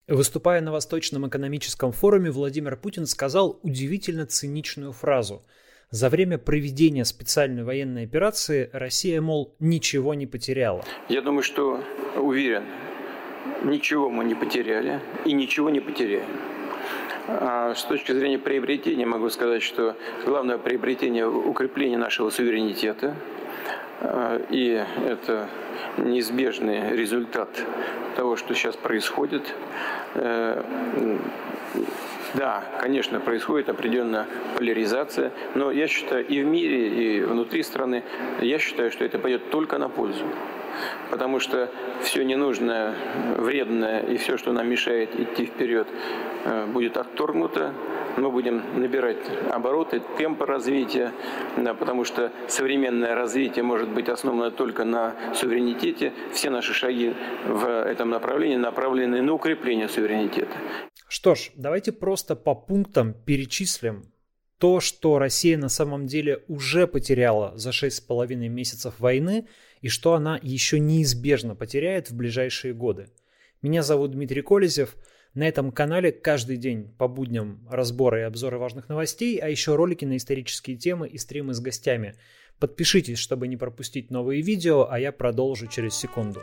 Выступая на Восточном экономическом форуме, Владимир Путин сказал удивительно циничную фразу. За время проведения специальной военной операции Россия, мол, ничего не потеряла. Я думаю, что уверен, ничего мы не потеряли и ничего не потеряем. А с точки зрения приобретения могу сказать, что главное приобретение – укрепление нашего суверенитета. И это неизбежный результат того, что сейчас происходит. Да, конечно, происходит определенная поляризация, но я считаю, и в мире, и внутри страны, я считаю, что это пойдет только на пользу. Потому что все ненужное, вредное и все, что нам мешает идти вперед, будет отторгнуто. Мы будем набирать обороты, темпы развития, потому что современное развитие может быть основано только на суверенитете. Все наши шаги в этом направлении направлены на укрепление суверенитета. Что ж, давайте просто по пунктам перечислим то, что Россия на самом деле уже потеряла за 6,5 месяцев войны и что она еще неизбежно потеряет в ближайшие годы. Меня зовут Дмитрий Колезев. На этом канале каждый день по будням разборы и обзоры важных новостей, а еще ролики на исторические темы и стримы с гостями. Подпишитесь, чтобы не пропустить новые видео, а я продолжу через секунду.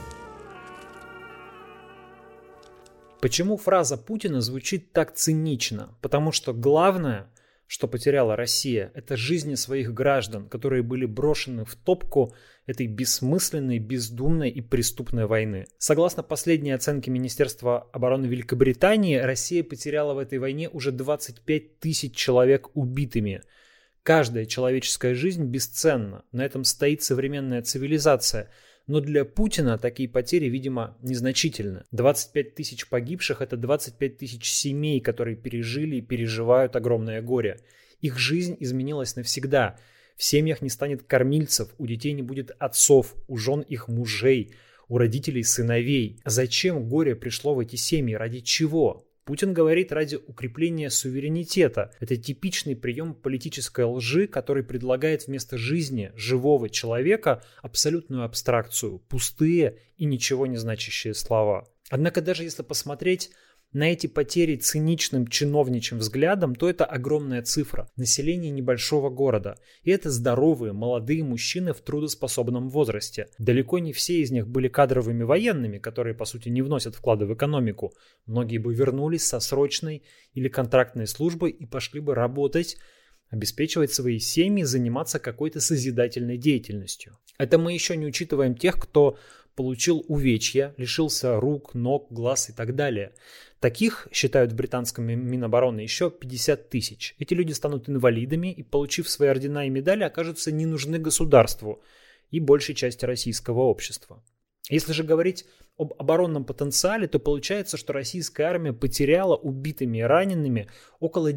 Почему фраза Путина звучит так цинично? Потому что главное, что потеряла Россия, это жизни своих граждан, которые были брошены в топку этой бессмысленной, бездумной и преступной войны. Согласно последней оценке Министерства обороны Великобритании, Россия потеряла в этой войне уже 25 тысяч человек убитыми. Каждая человеческая жизнь бесценна. На этом стоит современная цивилизация. Но для Путина такие потери, видимо, незначительны. 25 тысяч погибших – это 25 тысяч семей, которые пережили и переживают огромное горе. Их жизнь изменилась навсегда. В семьях не станет кормильцев, у детей не будет отцов, у жен их мужей, у родителей сыновей. Зачем горе пришло в эти семьи? Ради чего? Путин говорит ради укрепления суверенитета. Это типичный прием политической лжи, который предлагает вместо жизни живого человека абсолютную абстракцию, пустые и ничего не значащие слова. Однако даже если посмотреть на эти потери циничным чиновничьим взглядом, то это огромная цифра. Население небольшого города. И это здоровые, молодые мужчины в трудоспособном возрасте. Далеко не все из них были кадровыми военными, которые, по сути, не вносят вклады в экономику. Многие бы вернулись со срочной или контрактной службы и пошли бы работать, обеспечивать свои семьи, заниматься какой-то созидательной деятельностью. Это мы еще не учитываем тех, кто получил увечья, лишился рук, ног, глаз и так далее. Таких, считают в британском Минобороны, еще 50 тысяч. Эти люди станут инвалидами и, получив свои ордена и медали, окажутся не нужны государству и большей части российского общества. Если же говорить об оборонном потенциале, то получается, что российская армия потеряла убитыми и ранеными около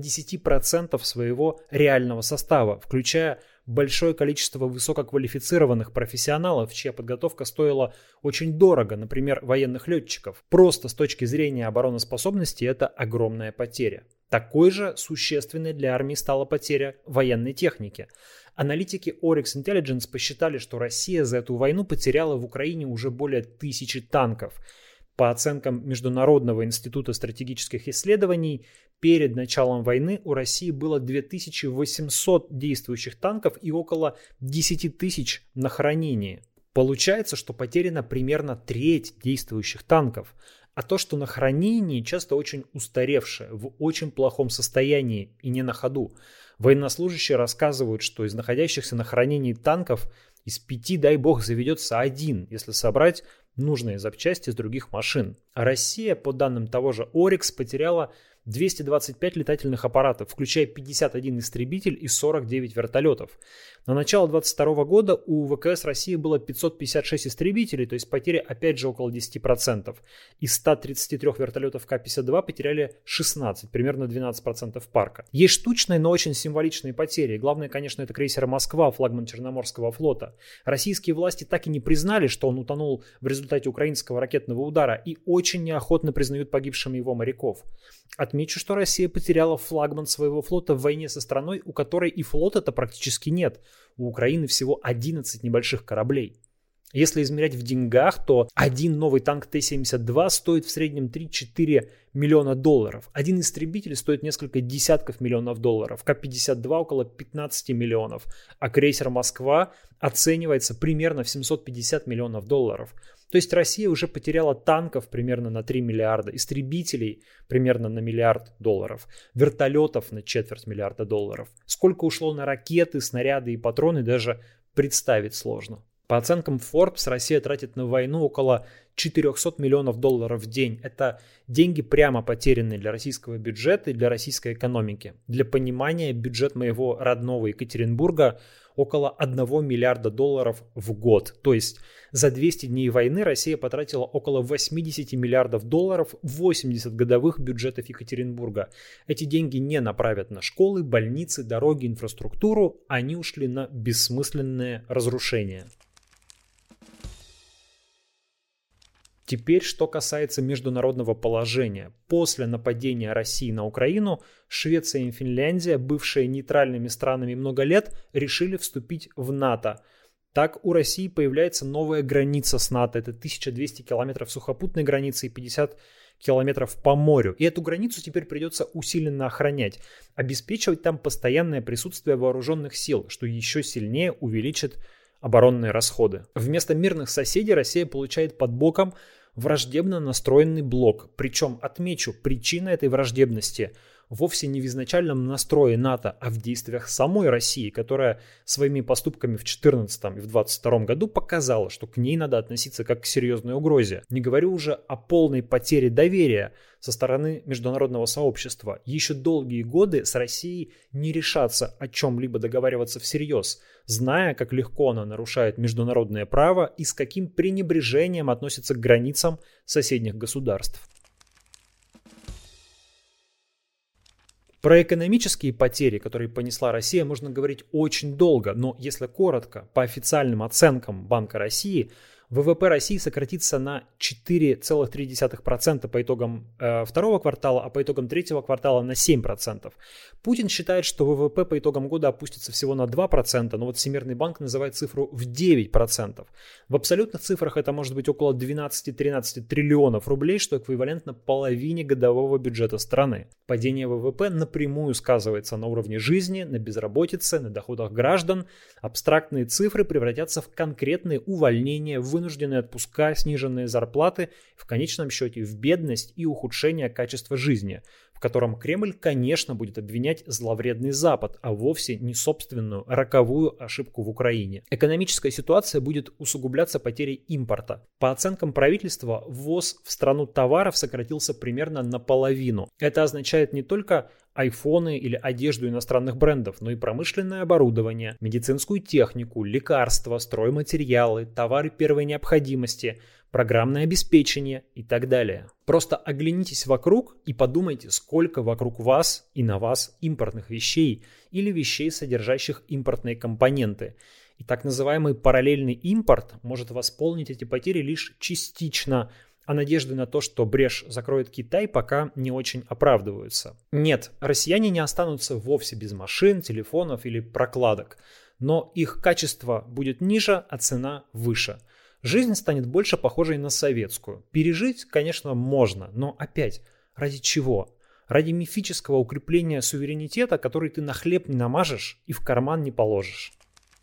10% своего реального состава, включая большое количество высококвалифицированных профессионалов, чья подготовка стоила очень дорого, например, военных летчиков. Просто с точки зрения обороноспособности это огромная потеря. Такой же существенной для армии стала потеря военной техники. Аналитики Oryx Intelligence посчитали, что Россия за эту войну потеряла в Украине уже более 1000 танков. По оценкам Международного института стратегических исследований, перед началом войны у России было 2800 действующих танков и около 10 тысяч на хранении. Получается, что потеряна примерно треть действующих танков. А то, что на хранении, часто очень устаревшее, в очень плохом состоянии и не на ходу. Военнослужащие рассказывают, что из находящихся на хранении танков из 5, дай бог, заведется 1, если собрать нужные запчасти с других машин. А Россия, по данным того же Oryx, потеряла 225 летательных аппаратов, включая 51 истребитель и 49 вертолетов. На начало 2022 года у ВКС России было 556 истребителей, то есть потери опять же около 10%. Из 133 вертолетов К-52 потеряли 16, примерно 12% парка. Есть штучные, но очень символичные потери. Главное, конечно, это крейсер «Москва», флагман Черноморского флота. Российские власти так и не признали, что он утонул в результате украинского ракетного удара, и очень неохотно признают погибшими его моряков. Отмечу, что Россия потеряла флагман своего флота в войне со страной, у которой и флота-то практически нет. У Украины всего 11 небольших кораблей. Если измерять в деньгах, то один новый танк Т-72 стоит в среднем 3-4 миллиона долларов. Один истребитель стоит несколько десятков миллионов долларов, К-52 около 15 миллионов, а крейсер «Москва» оценивается примерно в 750 миллионов долларов. То есть Россия уже потеряла танков примерно на 3 миллиарда, истребителей примерно на миллиард долларов, вертолетов на четверть миллиарда долларов. Сколько ушло на ракеты, снаряды и патроны, даже представить сложно. По оценкам Forbes, Россия тратит на войну около 400 миллионов долларов в день. Это деньги прямо потерянные для российского бюджета и для российской экономики. Для понимания, бюджет моего родного Екатеринбурга около 1 миллиарда долларов в год. То есть за 200 дней войны Россия потратила около 80 миллиардов долларов в 80 годовых бюджетов Екатеринбурга. Эти деньги не направят на школы, больницы, дороги, инфраструктуру. Они ушли на бессмысленные разрушения. Теперь, что касается международного положения. После нападения России на Украину, Швеция и Финляндия, бывшие нейтральными странами много лет, решили вступить в НАТО. Так у России появляется новая граница с НАТО. Это 1200 километров сухопутной границы и 50 километров по морю. И эту границу теперь придется усиленно охранять, обеспечивать там постоянное присутствие вооруженных сил, что еще сильнее увеличит оборонные расходы. Вместо мирных соседей Россия получает под боком враждебно настроенный блок. Причем, отмечу, причина этой враждебности вовсе не в изначальном настрое НАТО, а в действиях самой России, которая своими поступками в 2014 и в 2022 году показала, что к ней надо относиться как к серьезной угрозе. Не говорю уже о полной потере доверия со стороны международного сообщества. Еще долгие годы с Россией не решаться о чем-либо договариваться всерьез, зная, как легко она нарушает международное право и с каким пренебрежением относится к границам соседних государств. Про экономические потери, которые понесла Россия, можно говорить очень долго, но если коротко, по официальным оценкам Банка России, ВВП России сократится на 4,3% по итогам второго квартала, а по итогам третьего квартала на 7%. Путин считает, что ВВП по итогам года опустится всего на 2%, но вот Всемирный банк называет цифру в 9%. В абсолютных цифрах это может быть около 12-13 триллионов рублей, что эквивалентно половине годового бюджета страны. Падение ВВП напрямую сказывается на уровне жизни, на безработице, на доходах граждан. Абстрактные цифры превратятся в конкретные увольнения, вынужденные отпуска, сниженные зарплаты, в конечном счете в бедность и ухудшение качества жизни, в котором Кремль, конечно, будет обвинять зловредный Запад, а вовсе не собственную роковую ошибку в Украине. Экономическая ситуация будет усугубляться потерей импорта. По оценкам правительства, ввоз в страну товаров сократился примерно наполовину. Это означает не только айфоны или одежду иностранных брендов, но и промышленное оборудование, медицинскую технику, лекарства, стройматериалы, товары первой необходимости, программное обеспечение и так далее. Просто оглянитесь вокруг и подумайте, сколько вокруг вас и на вас импортных вещей или вещей, содержащих импортные компоненты. И так называемый параллельный импорт может восполнить эти потери лишь частично, а надежды на то, что брешь закроет Китай, пока не очень оправдываются. Нет, россияне не останутся вовсе без машин, телефонов или прокладок, но их качество будет ниже, а цена выше. Жизнь станет больше похожей на советскую. Пережить, конечно, можно, но опять, ради чего? Ради мифического укрепления суверенитета, который ты на хлеб не намажешь и в карман не положишь.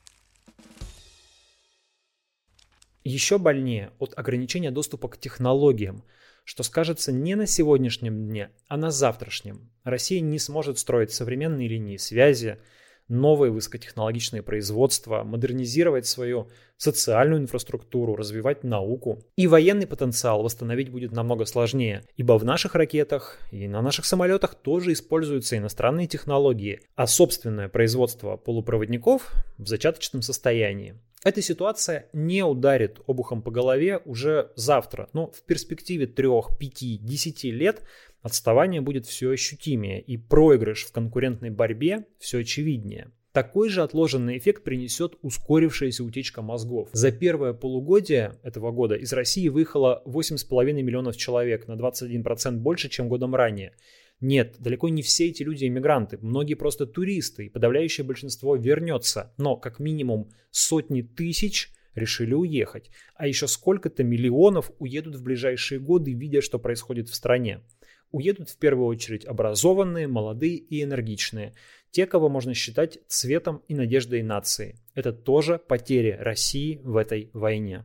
Еще больнее от ограничения доступа к технологиям, что скажется не на сегодняшнем дне, а на завтрашнем. Россия не сможет строить современные линии связи, новые высокотехнологичные производства, модернизировать свою социальную инфраструктуру, развивать науку. И военный потенциал восстановить будет намного сложнее, ибо в наших ракетах и на наших самолетах тоже используются иностранные технологии, а собственное производство полупроводников в зачаточном состоянии. Эта ситуация не ударит обухом по голове уже завтра, но в перспективе 3, 5, 10 лет отставание будет все ощутимее и проигрыш в конкурентной борьбе все очевиднее. Такой же отложенный эффект принесет ускорившаяся утечка мозгов. За первое полугодие этого года из России выехало 8,5 миллионов человек, на 21% больше, чем годом ранее. Нет, далеко не все эти люди иммигранты, многие просто туристы, и подавляющее большинство вернется. Но как минимум сотни тысяч решили уехать. А еще сколько-то миллионов уедут в ближайшие годы, видя, что происходит в стране. Уедут в первую очередь образованные, молодые и энергичные. Те, кого можно считать цветом и надеждой нации. Это тоже потери России в этой войне.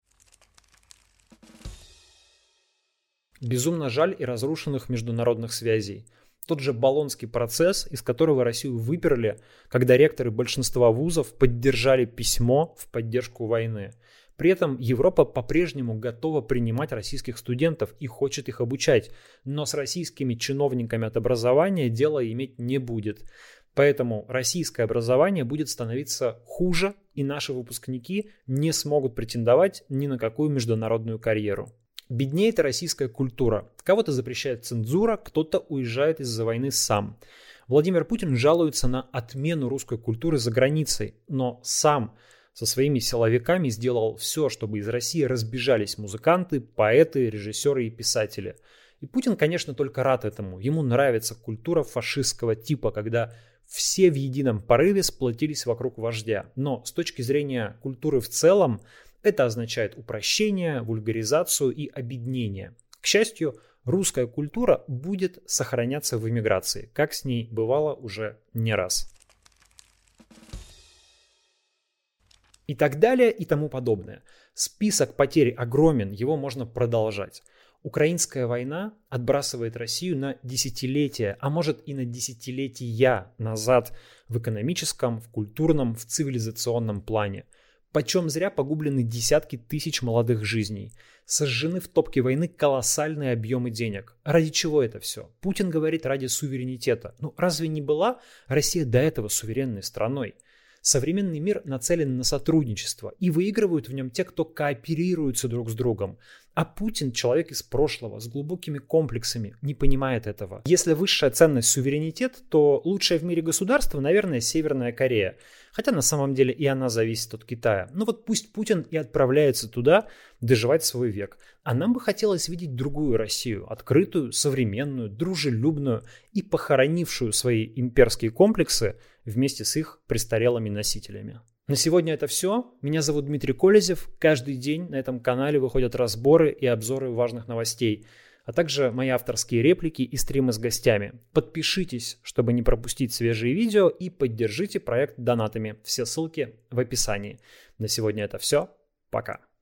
Безумно жаль и разрушенных международных связей. Тот же Болонский процесс, из которого Россию выперли, когда ректоры большинства вузов поддержали письмо в поддержку войны. При этом Европа по-прежнему готова принимать российских студентов и хочет их обучать, но с российскими чиновниками от образования дело иметь не будет. Поэтому российское образование будет становиться хуже, и наши выпускники не смогут претендовать ни на какую международную карьеру. Беднеет и российская культура. Кого-то запрещает цензура, кто-то уезжает из-за войны сам. Владимир Путин жалуется на отмену русской культуры за границей, но сам со своими силовиками сделал все, чтобы из России разбежались музыканты, поэты, режиссеры и писатели. И Путин, конечно, только рад этому. Ему нравится культура фашистского типа, когда все в едином порыве сплотились вокруг вождя. Но с точки зрения культуры в целом, это означает упрощение, вульгаризацию и обеднение. К счастью, русская культура будет сохраняться в эмиграции, как с ней бывало уже не раз. И так далее и тому подобное. Список потерь огромен, его можно продолжать. Украинская война отбрасывает Россию на десятилетия, а может и на десятилетия назад в экономическом, в культурном, в цивилизационном плане. Почем зря погублены десятки тысяч молодых жизней. Сожжены в топке войны колоссальные объемы денег. Ради чего это все? Путин говорит ради суверенитета. Ну разве не была Россия до этого суверенной страной? Современный мир нацелен на сотрудничество, и выигрывают в нем те, кто кооперируются друг с другом. А Путин, человек из прошлого, с глубокими комплексами, не понимает этого. Если высшая ценность суверенитет, то лучшее в мире государство, наверное, Северная Корея. Хотя на самом деле и она зависит от Китая. Ну вот пусть Путин и отправляется туда доживать свой век. А нам бы хотелось видеть другую Россию, открытую, современную, дружелюбную и похоронившую свои имперские комплексы вместе с их престарелыми носителями. На сегодня это все. Меня зовут Дмитрий Колезев. Каждый день на этом канале выходят разборы и обзоры важных новостей, а также мои авторские реплики и стримы с гостями. Подпишитесь, чтобы не пропустить свежие видео, и поддержите проект донатами. Все ссылки в описании. На сегодня это все. Пока.